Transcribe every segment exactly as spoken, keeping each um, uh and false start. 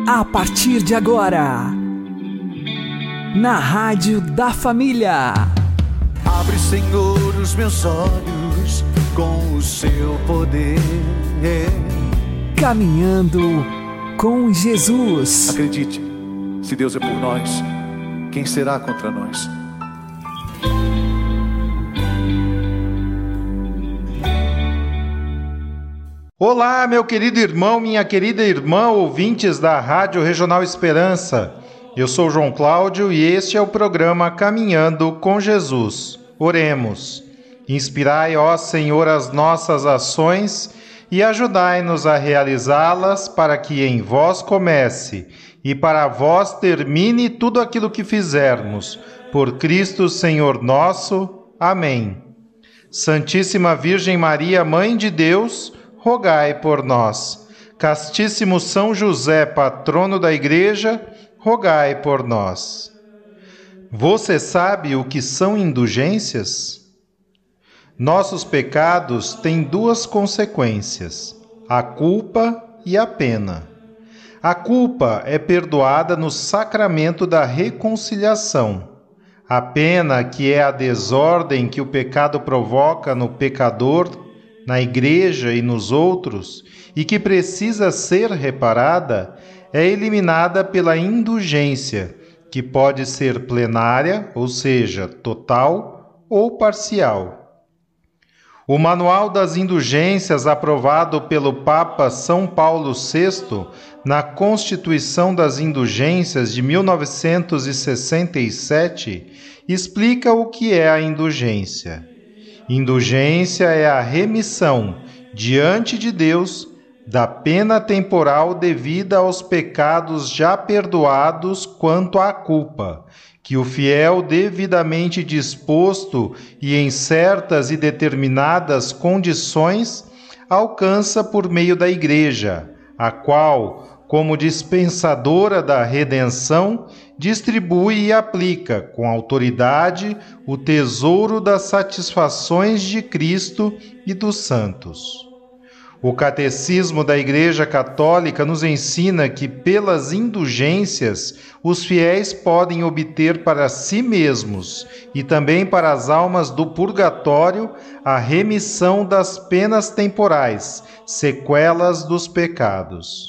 A partir de agora, na Rádio da Família. Abre, Senhor, os meus olhos com o seu poder. Caminhando com Jesus. Acredite, se Deus é por nós, quem será contra nós? Olá, meu querido irmão, minha querida irmã, ouvintes da Rádio Regional Esperança. Eu sou João Cláudio e este é o programa Caminhando com Jesus. Oremos. Inspirai, ó Senhor, as nossas ações e ajudai-nos a realizá-las para que em vós comece e para vós termine tudo aquilo que fizermos. Por Cristo, Senhor nosso. Amém. Santíssima Virgem Maria, Mãe de Deus, rogai por nós. Castíssimo São José, patrono da Igreja, rogai por nós. Você sabe o que são indulgências? Nossos pecados têm duas consequências, a culpa e a pena. A culpa é perdoada no sacramento da reconciliação. A pena, que é a desordem que o pecado provoca no pecador, na Igreja e nos outros, e que precisa ser reparada, é eliminada pela indulgência, que pode ser plenária, ou seja, total ou parcial. O Manual das Indulgências, aprovado pelo Papa São Paulo sexto, na Constituição das Indulgências de mil novecentos e sessenta e sete, explica o que é a indulgência. Indulgência é a remissão, diante de Deus, da pena temporal devida aos pecados já perdoados quanto à culpa, que o fiel devidamente disposto e em certas e determinadas condições alcança por meio da Igreja, a qual, como dispensadora da redenção, distribui e aplica com autoridade o tesouro das satisfações de Cristo e dos santos. O Catecismo da Igreja Católica nos ensina que, pelas indulgências, os fiéis podem obter para si mesmos e também para as almas do purgatório a remissão das penas temporais, sequelas dos pecados.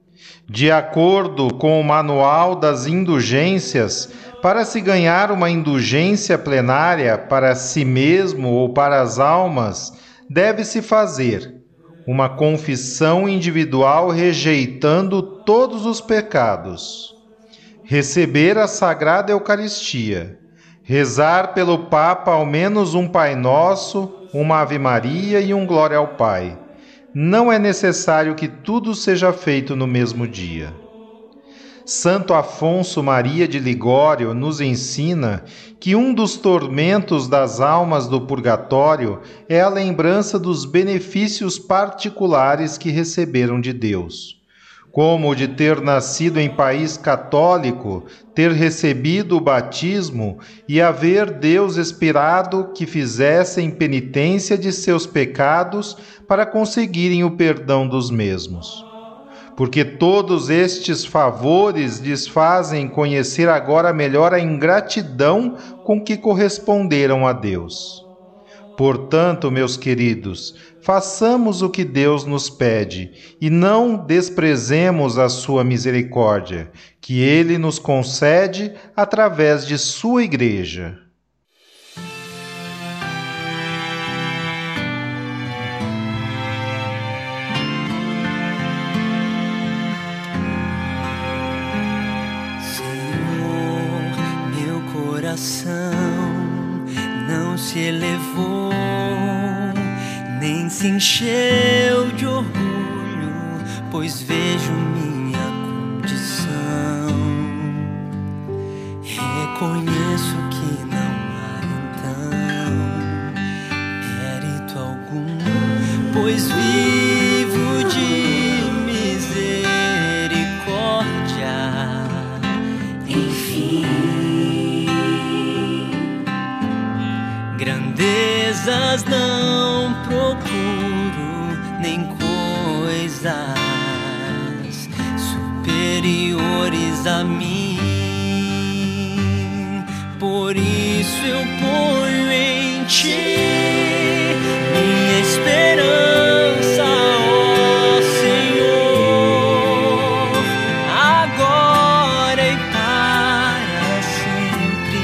De acordo com o Manual das Indulgências, para se ganhar uma indulgência plenária para si mesmo ou para as almas, deve-se fazer uma confissão individual rejeitando todos os pecados, receber a Sagrada Eucaristia, rezar pelo Papa ao menos um Pai Nosso, uma Ave Maria e um Glória ao Pai. Não é necessário que tudo seja feito no mesmo dia. Santo Afonso Maria de Ligório nos ensina que um dos tormentos das almas do purgatório é a lembrança dos benefícios particulares que receberam de Deus, como o de ter nascido em país católico, ter recebido o batismo e haver Deus esperado que fizessem penitência de seus pecados para conseguirem o perdão dos mesmos. Porque todos estes favores lhes fazem conhecer agora melhor a ingratidão com que corresponderam a Deus. Portanto, meus queridos, façamos o que Deus nos pede e não desprezemos a sua misericórdia, que Ele nos concede através de sua Igreja. Não se elevou, nem se encheu de orgulho, pois vejo minha condição. Reconheço que não há então mérito algum, pois vivo de misericórdia. Enfim, grandezas não procuro, nem coisas superiores. superiores a mim. Por isso eu ponho em ti minha esperança, ó Senhor, agora e para sempre.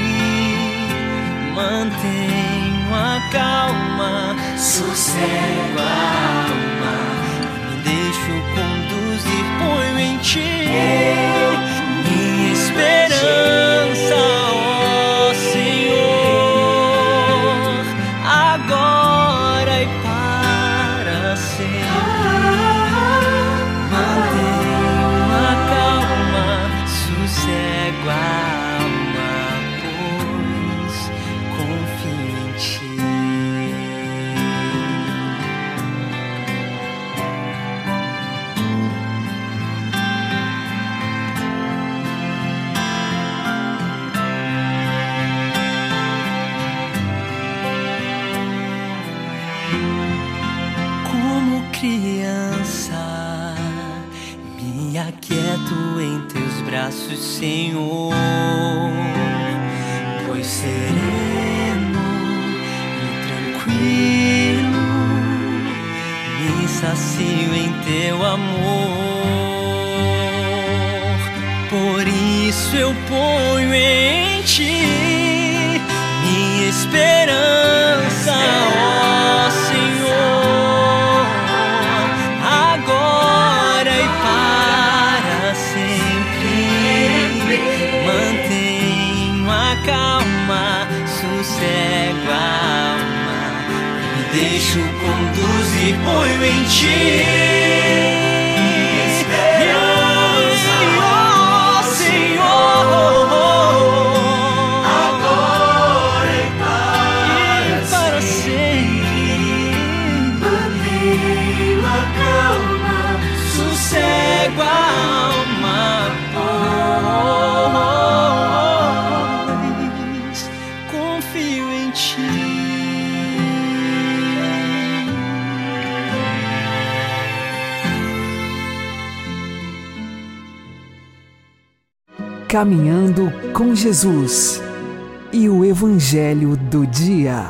Mantenho a calma, sossego a alma, me deixo conduzir, ponho em ti minha esperança, ó Senhor, agora e para sempre. Mantenho a calma, sossego a alma, pois confio em ti. Como criança, me aquieto em teus braços, Senhor, pois sereno e tranquilo me sacio em teu amor. Por isso eu ponho em ti minha esperança, ó Senhor, agora e para sempre. Mantenho a calma, sossego a alma, me deixo conduzir, ponho em ti ó Senhor, agora e para sempre. Mantenho a calma, sossego a alma, pois confio em ti. Caminhando com Jesus e o Evangelho do Dia.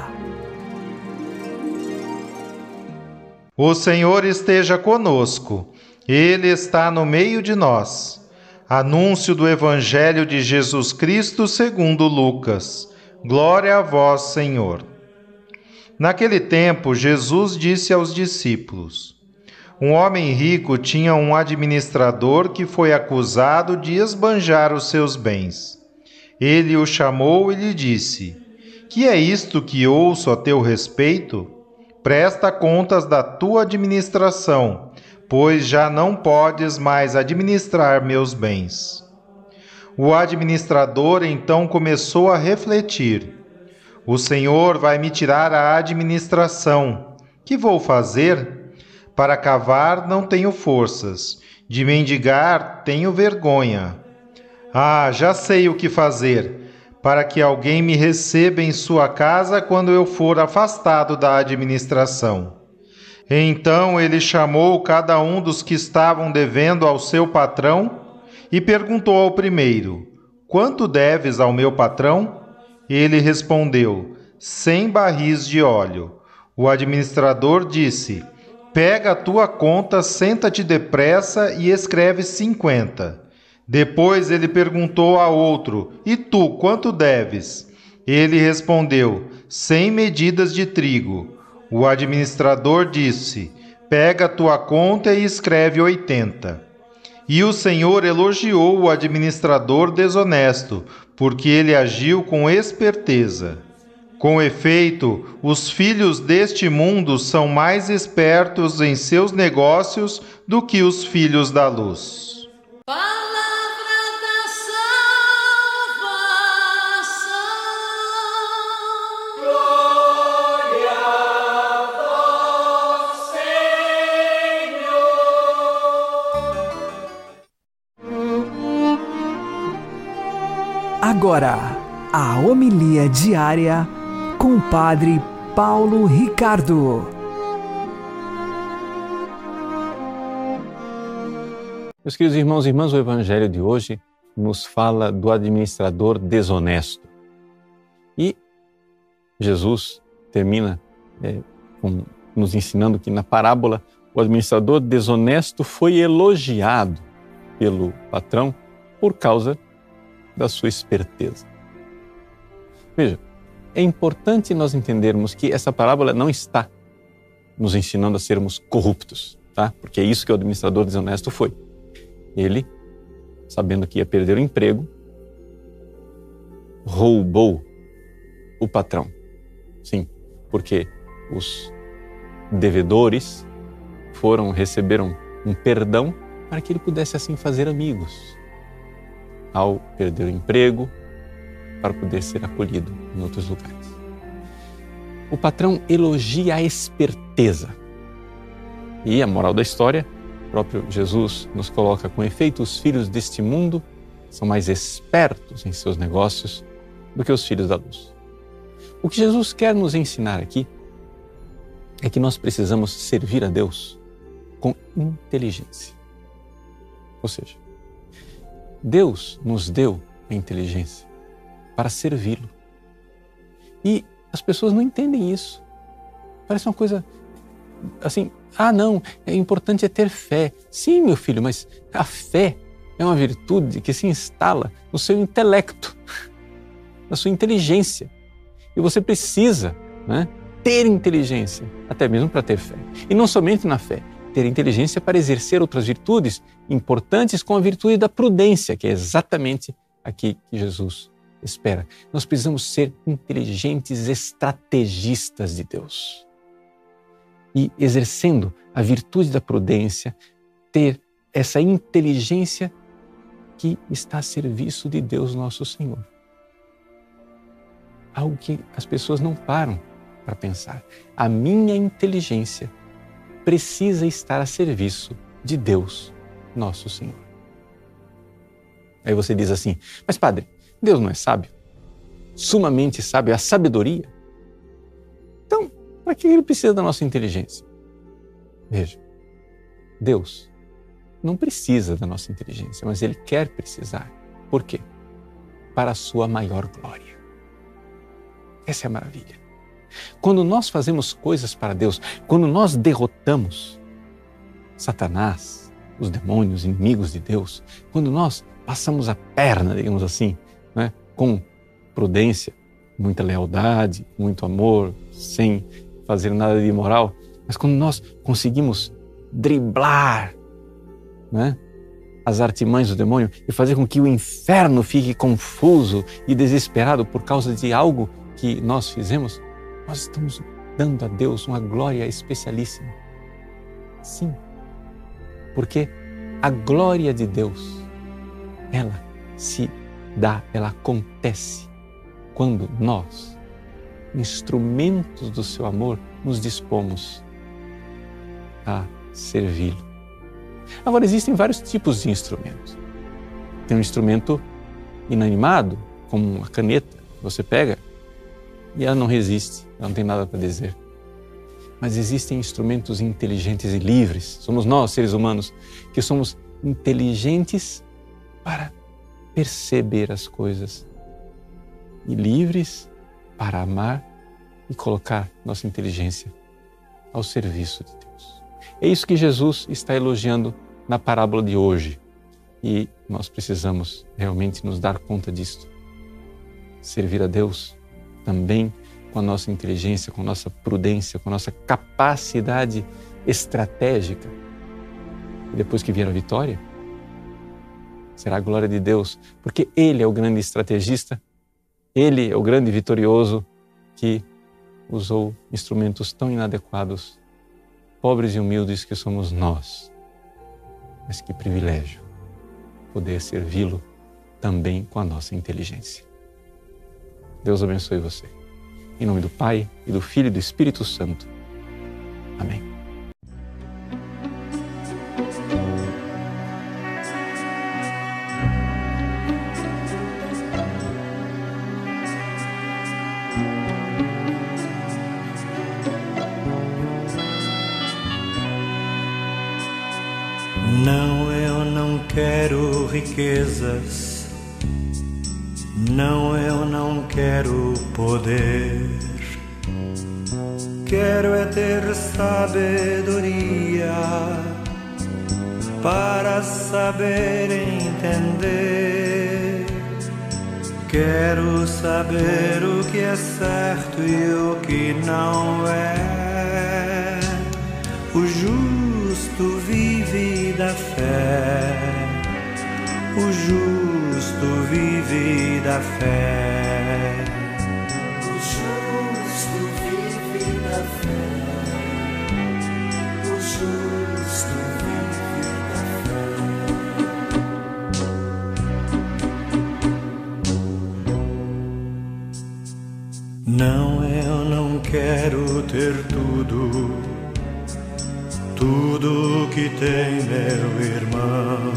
O Senhor esteja conosco, Ele está no meio de nós. Anúncio do Evangelho de Jesus Cristo segundo Lucas. Glória a vós, Senhor. Naquele tempo, Jesus disse aos discípulos: Um homem rico tinha um administrador que foi acusado de esbanjar os seus bens. Ele o chamou e lhe disse: Que é isto que ouço a teu respeito? Presta contas da tua administração, pois já não podes mais administrar meus bens. O administrador então começou a refletir: O Senhor vai me tirar a administração. Que vou fazer? Para cavar não tenho forças, de mendigar tenho vergonha. Ah, já sei o que fazer, para que alguém me receba em sua casa quando eu for afastado da administração. Então ele chamou cada um dos que estavam devendo ao seu patrão e perguntou ao primeiro: Quanto deves ao meu patrão? Ele respondeu: Cem barris de óleo. O administrador disse: Pega a tua conta, senta-te depressa e escreve cinquenta. Depois ele perguntou a outro: E tu, quanto deves? Ele respondeu: Cem medidas de trigo. O administrador disse: Pega a tua conta e escreve oitenta. E o Senhor elogiou o administrador desonesto, porque ele agiu com esperteza. Com efeito, os filhos deste mundo são mais espertos em seus negócios do que os filhos da luz. Palavra da salvação. Glória a vós, Senhor. Agora, a homilia diária com o Padre Paulo Ricardo. Meus queridos irmãos e irmãs, o Evangelho de hoje nos fala do administrador desonesto. E Jesus termina é, com, nos ensinando que na parábola o administrador desonesto foi elogiado pelo patrão por causa da sua esperteza. Veja, é importante nós entendermos que essa parábola não está nos ensinando a sermos corruptos, tá? Porque é isso que o administrador desonesto foi. Ele, sabendo que ia perder o emprego, roubou o patrão. Sim, porque os devedores foram, receberam um perdão para que ele pudesse assim fazer amigos. Ao perder o emprego, para poder ser acolhido em outros lugares. O patrão elogia a esperteza. E a moral da história, o próprio Jesus nos coloca: com efeito, os filhos deste mundo são mais espertos em seus negócios do que os filhos da luz. O que Jesus quer nos ensinar aqui é que nós precisamos servir a Deus com inteligência. Ou seja, Deus nos deu a inteligência para servi-lo. E as pessoas não entendem isso. Parece uma coisa assim, ah não, é importante é ter fé. Sim, meu filho, mas a fé é uma virtude que se instala no seu intelecto, na sua inteligência. E você precisa, né, ter inteligência, até mesmo para ter fé. E não somente na fé, ter inteligência para exercer outras virtudes importantes, com a virtude da prudência, que é exatamente aqui que Jesus espera. Nós precisamos ser inteligentes estrategistas de Deus. E exercendo a virtude da prudência, ter essa inteligência que está a serviço de Deus nosso Senhor. Algo que as pessoas não param para pensar. A minha inteligência precisa estar a serviço de Deus nosso Senhor. Aí você diz assim, mas padre, Deus não é sábio? Sumamente sábio, é a sabedoria? Então, para que ele precisa da nossa inteligência? Veja, Deus não precisa da nossa inteligência, mas Ele quer precisar. Por quê? Para a sua maior glória. Essa é a maravilha. Quando nós fazemos coisas para Deus, quando nós derrotamos Satanás, os demônios, inimigos de Deus, quando nós passamos a perna, digamos assim, né, com prudência, muita lealdade, muito amor, sem fazer nada de imoral, mas quando nós conseguimos driblar, né, as artimanhas do demônio e fazer com que o inferno fique confuso e desesperado por causa de algo que nós fizemos, nós estamos dando a Deus uma glória especialíssima. Sim, porque a glória de Deus, ela se dá, ela acontece quando nós, instrumentos do seu amor, nos dispomos a servi-lo. Agora, existem vários tipos de instrumentos. Tem um instrumento inanimado, como uma caneta, você pega e ela não resiste, ela não tem nada para dizer. Mas existem instrumentos inteligentes e livres. Somos nós, seres humanos, que somos inteligentes para perceber as coisas e livres para amar e colocar nossa inteligência ao serviço de Deus. É isso que Jesus está elogiando na parábola de hoje. E nós precisamos realmente nos dar conta disto. Servir a Deus também com a nossa inteligência, com a nossa prudência, com a nossa capacidade estratégica. E depois que vier a vitória, será a glória de Deus, porque Ele é o grande estrategista, Ele é o grande vitorioso que usou instrumentos tão inadequados, pobres e humildes que somos nós. Mas que privilégio poder servi-lo também com a nossa inteligência. Deus abençoe você. Em nome do Pai, e do Filho e do Espírito Santo. Amém. Não, eu não quero riquezas, não, eu não quero poder. Quero é ter sabedoria para saber entender. Quero saber o que é certo e o que não é. O justo vive da fé. O justo vive da fé. O justo vive da fé. O justo vive da fé. Não, eu não quero ter tudo, tudo que tem meu irmão.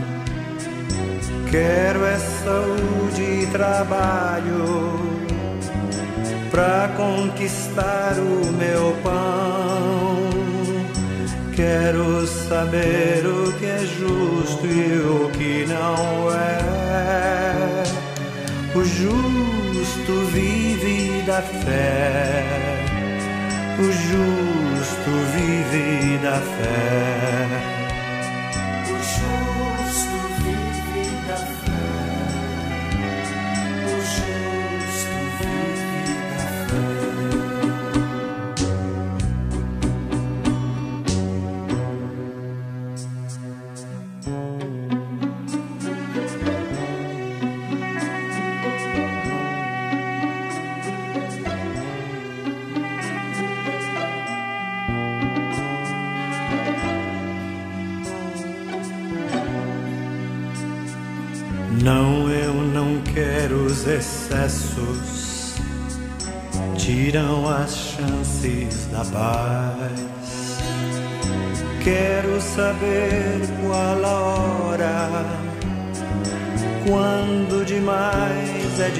Quero é saúde e trabalho pra conquistar o meu pão. Quero saber o que é justo e o que não é. O justo vive da fé. O justo vive da fé. O justo vive da fé. O justo vive da Não, eu não quero os excessos, tiram as chances da paz. Quero saber qual a hora, quando demais é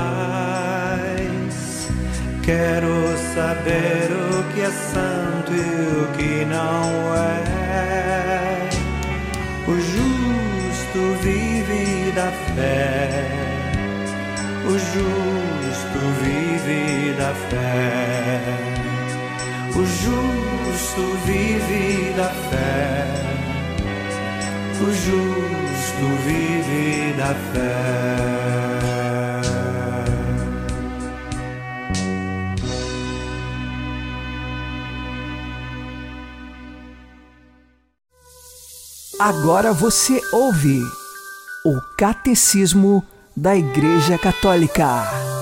demais. Quero saber o que é santo e o que não é. O justo vive da fé. O justo vive da fé. O justo vive da fé. O justo vive da fé. Agora você ouve o Catecismo da Igreja Católica.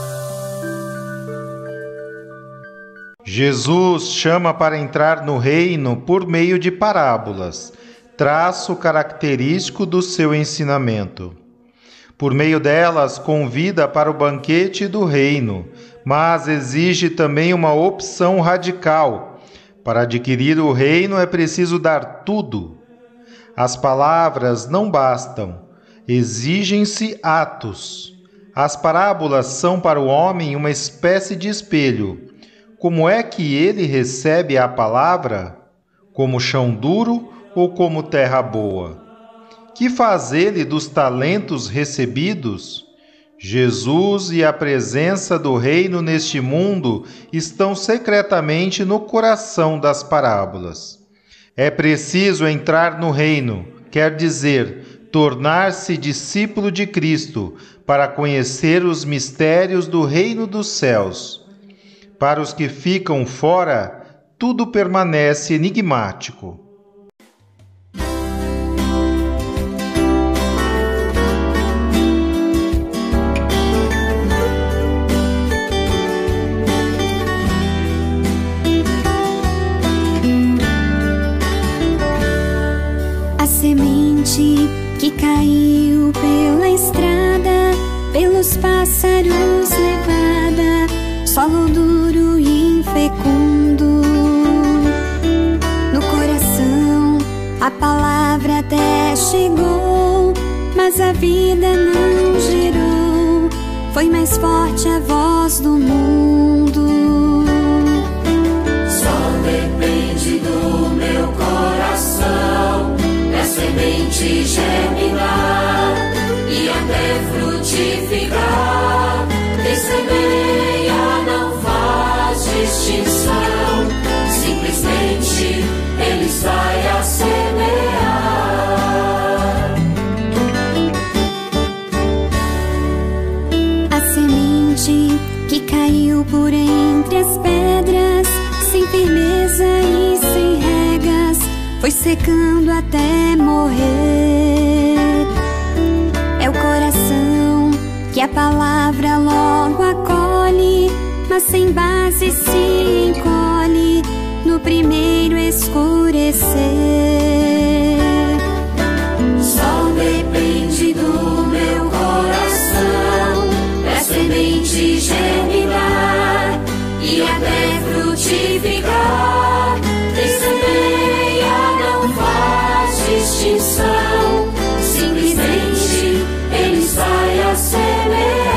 Jesus chama para entrar no reino por meio de parábolas, traço característico do seu ensinamento. Por meio delas, convida para o banquete do reino, mas exige também uma opção radical. Para adquirir o reino é preciso dar tudo. As palavras não bastam, exigem-se atos. As parábolas são para o homem uma espécie de espelho. Como é que ele recebe a palavra? Como chão duro ou como terra boa? Que faz ele dos talentos recebidos? Jesus e a presença do reino neste mundo estão secretamente no coração das parábolas. É preciso entrar no reino, quer dizer, tornar-se discípulo de Cristo, para conhecer os mistérios do reino dos céus. Para os que ficam fora, tudo permanece enigmático. Que caiu pela estrada, pelos pássaros levada, solo duro e infecundo. No coração a palavra até chegou, mas a vida não gerou. Foi mais forte a voz do mundo. Só depende do meu coração. Peço semente germinar e até frutificar. Quem semeia não faz distinção, simplesmente ele sai a semear. A semente que caiu por entre as pedras, sem firmeza e sem regas, foi secando até morrer. É o coração que a palavra logo acolhe, mas sem base se encolhe no primeiro escurecer. Só depende do meu coração pra semente germinar e até frutificar. Quem semeia não faz distinção, simplesmente ele sai a semear.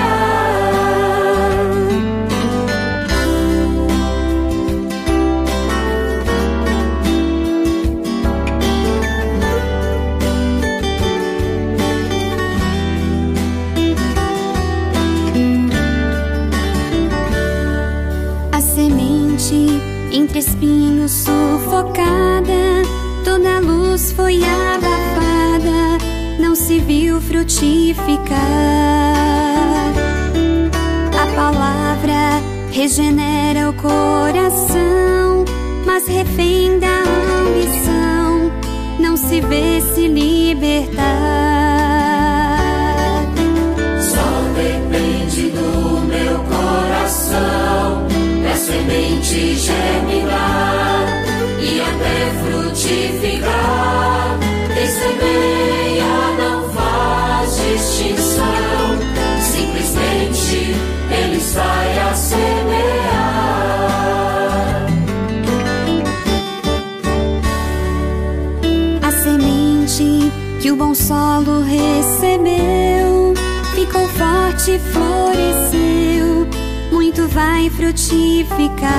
A semente entre espinhos sufocada, toda a luz foi abafada, não se viu frutificar. A palavra regenera o coração, mas refém da ambição, não se vê se libertar. Só depende do meu coração pra semente germinar e até frutificar. Quem semeia não faz distinção, simplesmente ele sai a semear. A semente que o bom solo recebeu ficou forte e floresceu, muito vai frutificar.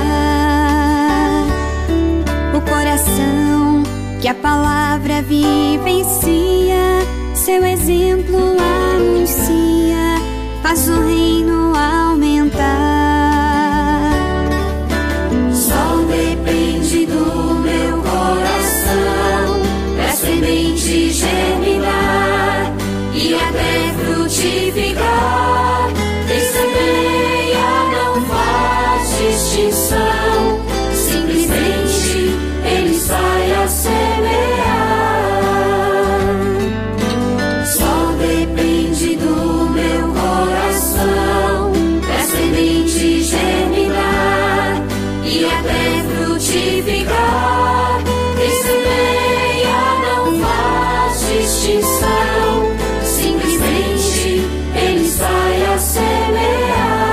O coração que a palavra vivencia, seu exemplo anuncia, faz o reino aumentar. Só depende do meu coração pra semente germinar e até frutificar. Quem semeia não faz distinção, simplesmente ele sai a semear. Só depende do meu coração pra semente germinar e até frutificar. Quem semeia não faz distinção, simplesmente ele sai a semear.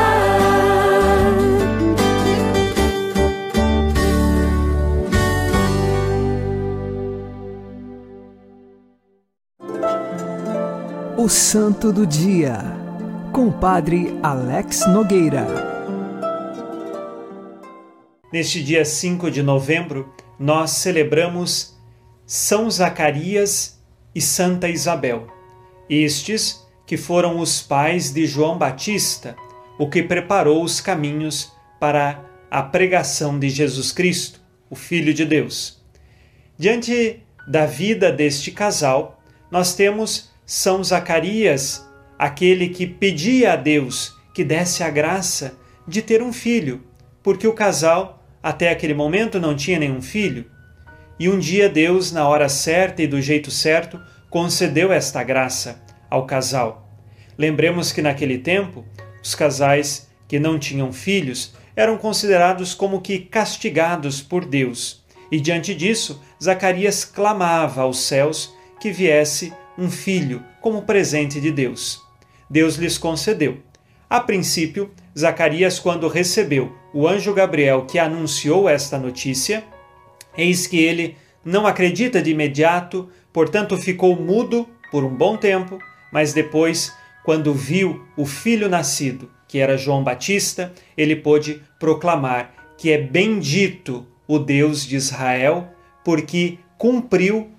O Santo do Dia, com o Padre Alex Nogueira. Neste dia cinco de novembro, nós celebramos São Zacarias e Santa Isabel, estes que foram os pais de João Batista, o que preparou os caminhos para a pregação de Jesus Cristo, o Filho de Deus. Diante da vida deste casal, nós temos São Zacarias, aquele que pedia a Deus que desse a graça de ter um filho, porque o casal, até aquele momento, não tinha nenhum filho. E um dia Deus, na hora certa e do jeito certo, concedeu esta graça ao casal. Lembremos que naquele tempo, os casais que não tinham filhos eram considerados como que castigados por Deus. E diante disso, Zacarias clamava aos céus que viesse um filho como presente de Deus. Deus lhes concedeu. A princípio, Zacarias, quando recebeu o anjo Gabriel que anunciou esta notícia, eis que ele não acredita de imediato, portanto ficou mudo por um bom tempo, mas depois, quando viu o filho nascido, que era João Batista, ele pôde proclamar que é bendito o Deus de Israel, porque cumpriu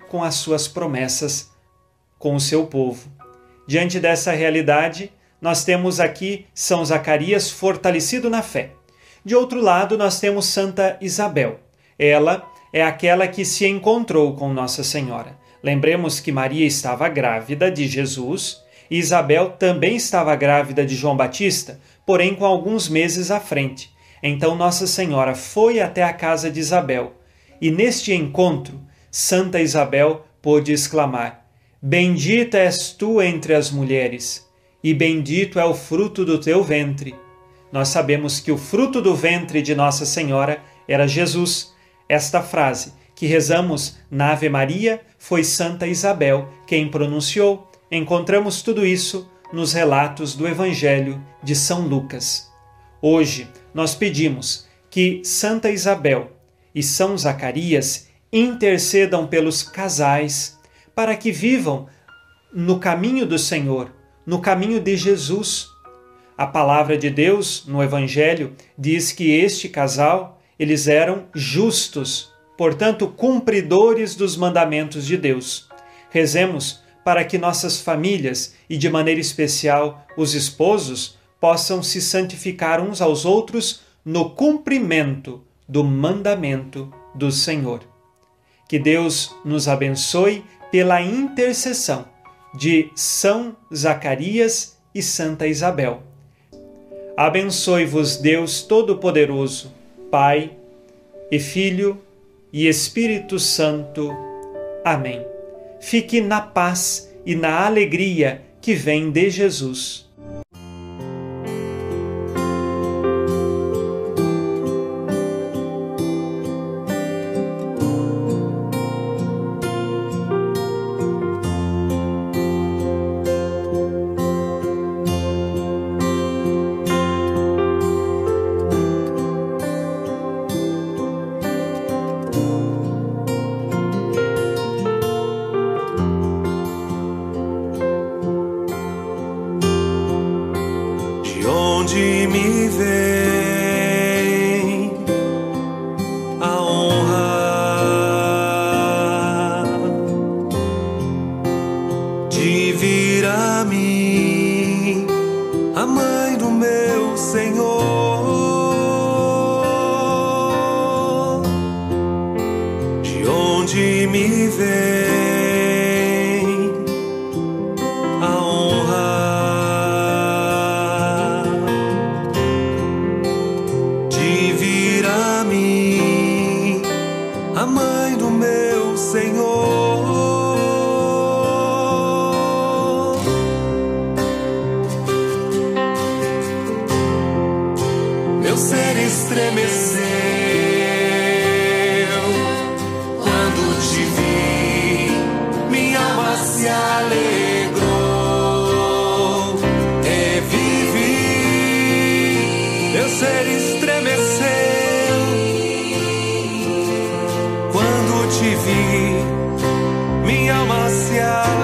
com as suas promessas com o seu povo. Diante dessa realidade, nós temos aqui São Zacarias fortalecido na fé. De outro lado, nós temos Santa Isabel. Ela é aquela que se encontrou com Nossa Senhora. Lembremos que Maria estava grávida de Jesus e Isabel também estava grávida de João Batista, porém com alguns meses à frente. Então Nossa Senhora foi até a casa de Isabel e neste encontro, Santa Isabel pôde exclamar: Bendita és tu entre as mulheres, e bendito é o fruto do teu ventre. Nós sabemos que o fruto do ventre de Nossa Senhora era Jesus. Esta frase que rezamos na Ave Maria foi Santa Isabel quem pronunciou. Encontramos tudo isso nos relatos do Evangelho de São Lucas. Hoje nós pedimos que Santa Isabel e São Zacarias intercedam pelos casais para que vivam no caminho do Senhor, no caminho de Jesus. A palavra de Deus no Evangelho diz que este casal, eles eram justos, portanto, cumpridores dos mandamentos de Deus. Rezemos para que nossas famílias, e de maneira especial os esposos, possam se santificar uns aos outros no cumprimento do mandamento do Senhor. Que Deus nos abençoe pela intercessão de São Zacarias e Santa Isabel. Abençoe-vos Deus Todo-Poderoso, Pai e Filho e Espírito Santo. Amém. Fique na paz e na alegria que vem de Jesus. onde me vem a honra de vir a mim, a mãe do meu Senhor, de onde me vem a honra de vir a mim, a mãe do meu Senhor. Meu ser estremeceu quando te vi, minha alma se alegrou e vivi. Meu ser estremeceu quando te vi, minha alma se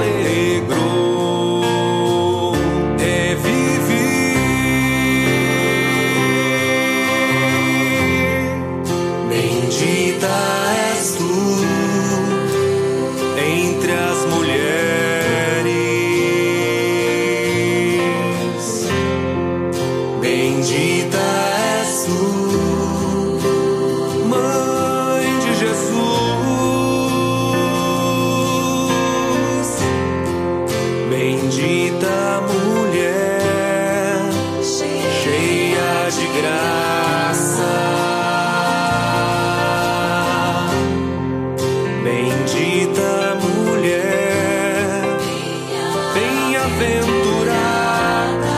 alegrou e vivi. Bendita és tu entre as mulheres, bendita és tu, Mãe de Jesus, bendita mulher, cheia de graça, bendita mulher, bem-aventurada.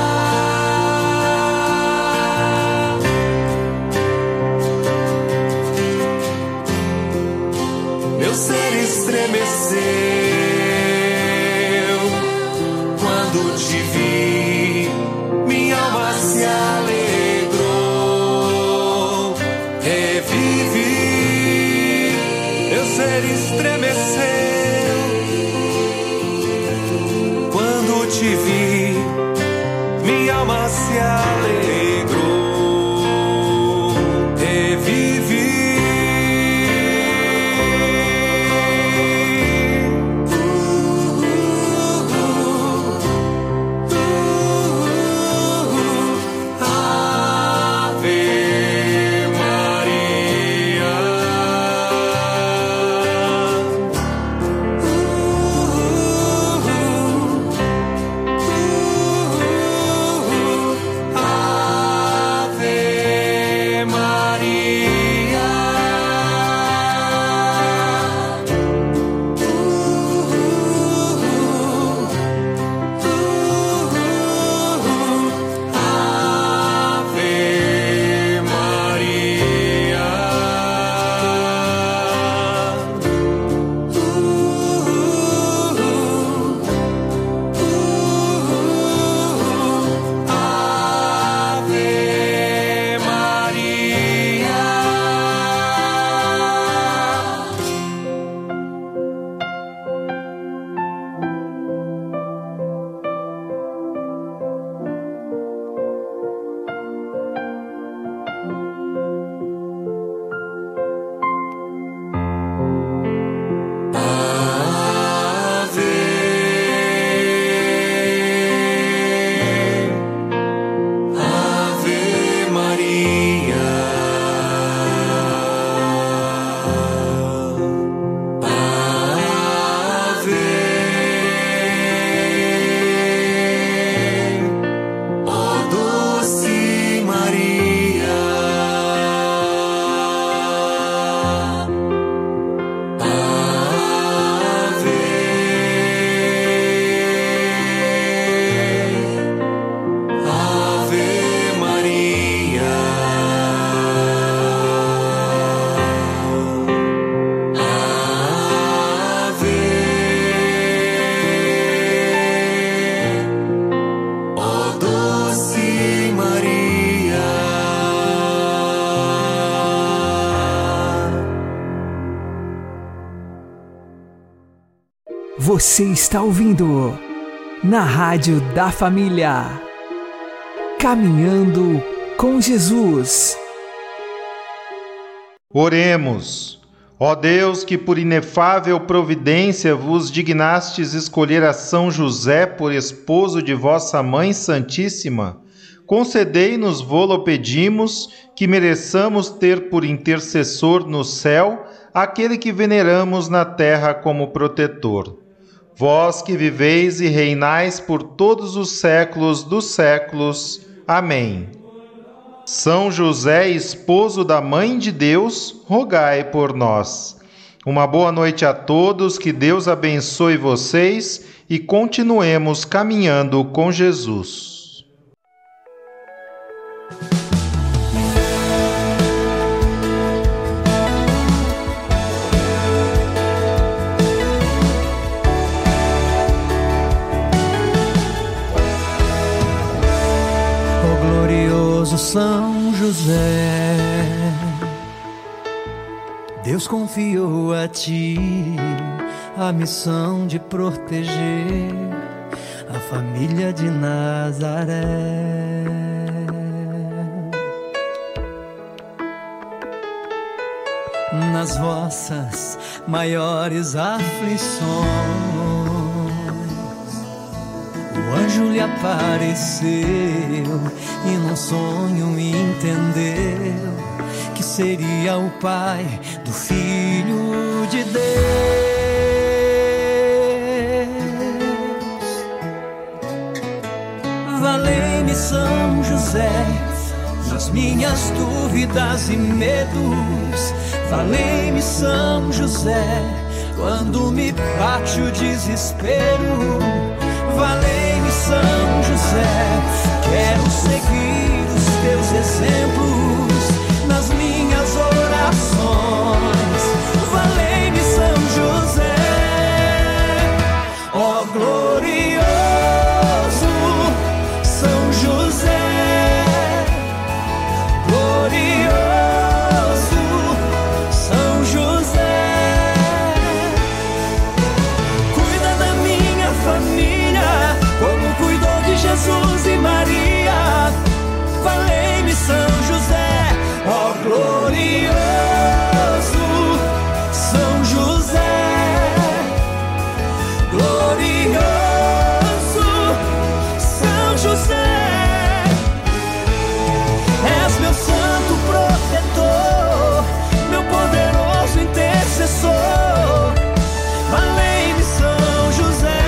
Meu ser estremeceu quando te vi, minha alma se alegrou e vivi. Meu ser estremeceu quando te vi, minha alma se alegrou e vivi. Você está ouvindo na Rádio da Família. Caminhando com Jesus. Oremos. Ó Deus, que por inefável providência vos dignastes escolher a São José por esposo de vossa Mãe Santíssima, concedei-nos, vô-lo pedimos, que mereçamos ter por intercessor no céu aquele que veneramos na terra como protetor. Vós que viveis e reinais por todos os séculos dos séculos. Amém. São José, esposo da Mãe de Deus, rogai por nós. Uma boa noite a todos, que Deus abençoe vocês e continuemos caminhando com Jesus. São José, Deus confiou a ti a missão de proteger a família de Nazaré. Nas vossas maiores aflições, o anjo lhe apareceu e num sonho entendeu que seria o pai do Filho de Deus. Valei-me, São José, nas minhas dúvidas e medos. Valei-me, São José, quando me bate o desespero. Valei-me, São José, quero seguir os teus exemplos nas minhas orações. Valei-me, São José, ó glorioso São José, glorioso São José, cuida da minha família como cuidou de Jesus e Maria. Valei-me, São José, ó glorioso São José, glorioso São José. És meu santo protetor, meu poderoso intercessor. Valei-me, São José.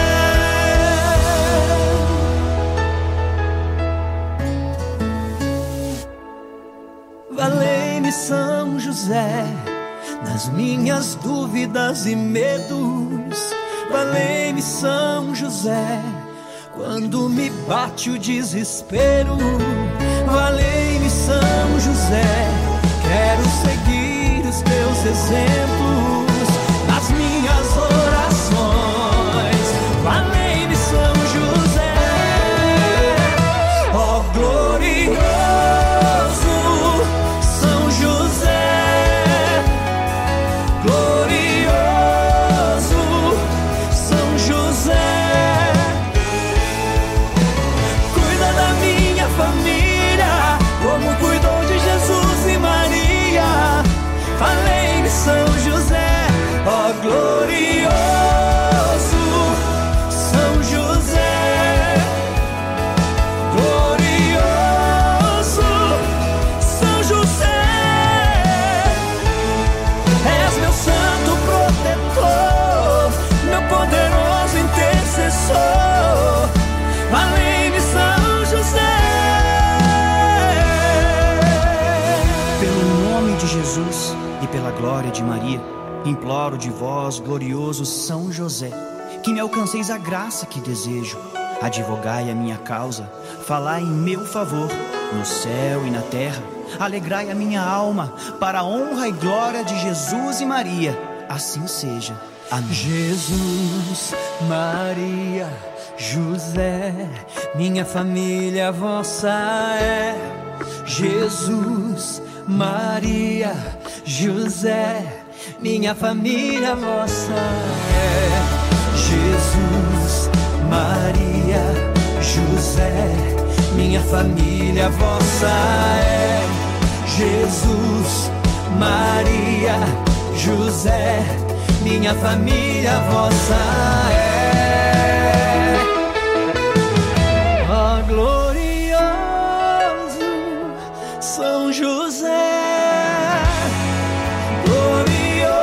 Valei-me, São José, nas minhas dúvidas e medos. Valei-me, São José, quando me bate o desespero. Valei-me, São José, quero seguir os teus exemplos nas minhas orações. Valei-me, São José, ó glorioso São José, glorioso São José, cuida da minha família como cuidou de Jesus e Maria. Valei-me, São José, ó glorioso São José, glorioso São José. És meu santo protetor, meu poderoso intercessor. Valei-me, São José. Pelo nome de Jesus e pela glória de Maria, imploro de vós, glorioso São José, que me alcanceis a graça que desejo. Advogai a minha causa, falai em meu favor, no céu e na terra. Alegrai a minha alma, para a honra e glória de Jesus e Maria. Assim seja. Amém. Jesus, Maria, José, minha família vossa é. Jesus, Maria, José, minha família vossa é. Jesus, Maria, José, minha família vossa é. Jesus, Maria, José, minha família vossa é. Ó glorioso São José, glorioso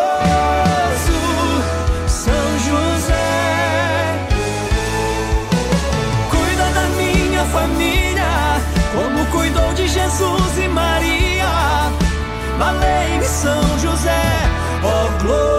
São José, cuida da minha família, como cuidou de Jesus e Maria. Valei-me São José, ó glória.